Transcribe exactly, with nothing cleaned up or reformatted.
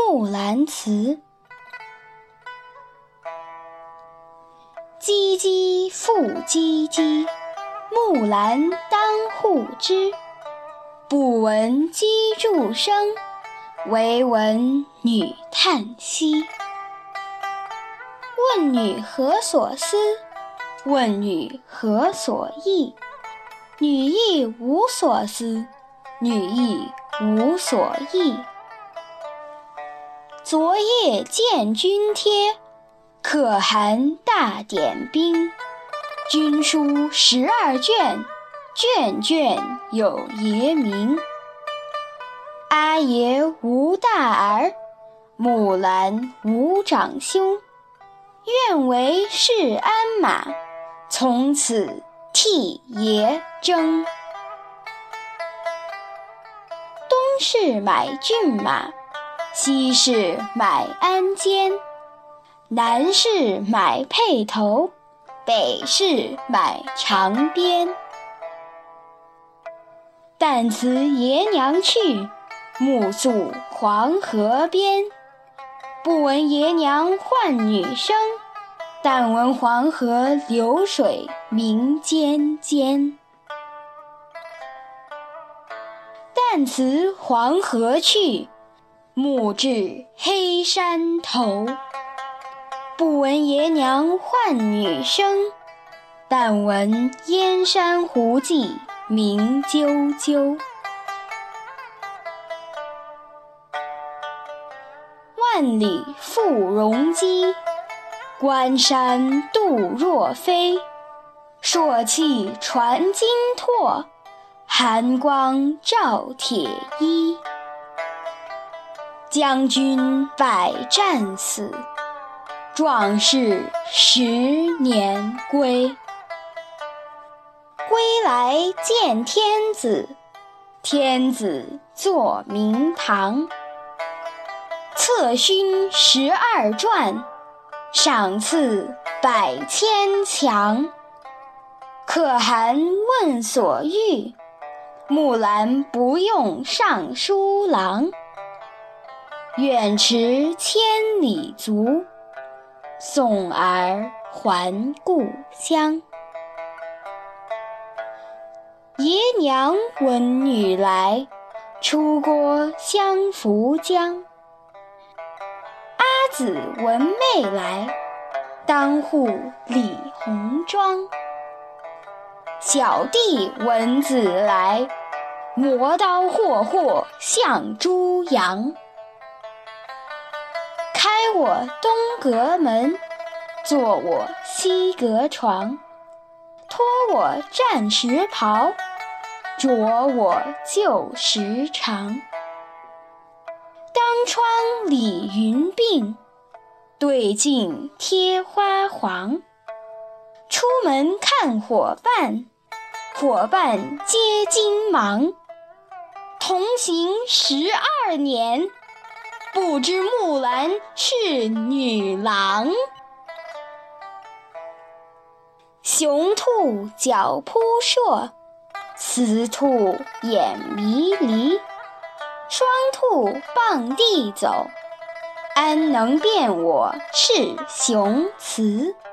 木兰辞。唧唧复唧唧，木兰当户织。不闻机杼声，惟闻女叹息。问女何所思？问女何所忆？女亦无所思，女亦无所忆。昨夜见军帖，可汗大点兵。军书十二卷，卷卷有爷名。阿爷无大儿，木兰无长兄。愿为市鞍马，从此替爷征。东市买骏马，西市买鞍鞯。南市买辔头，北市买长鞭。但辞爷娘去，暮宿黄河边。不闻爷娘唤女声，但闻黄河流水鸣溅溅。但辞黄河去，暮至黑山头。不闻爷娘唤女声，但闻燕山胡骑鸣啾啾。万里赴戎机，关山度若飞。朔气传金柝，寒光照铁衣。将军百战死，壮士十年归。归来见天子，天子坐明堂。册勋十二转，赏赐百千强。可汗问所欲，木兰不用尚书郎。远驰千里足，送儿还故乡。爷娘闻女来，出郭相扶将。阿姊闻妹来，当户理红妆。小弟闻姊来，磨刀霍霍向猪羊。开我东阁门，坐我西阁床。脱我战时袍，着我旧时裳。当窗理云鬓，对镜贴花黄。出门看伙伴，伙伴皆金芒。同行十二年，不知木兰是女郎。雄兔脚扑朔，雌兔眼迷离。双兔傍地走，安能辨我是雄雌？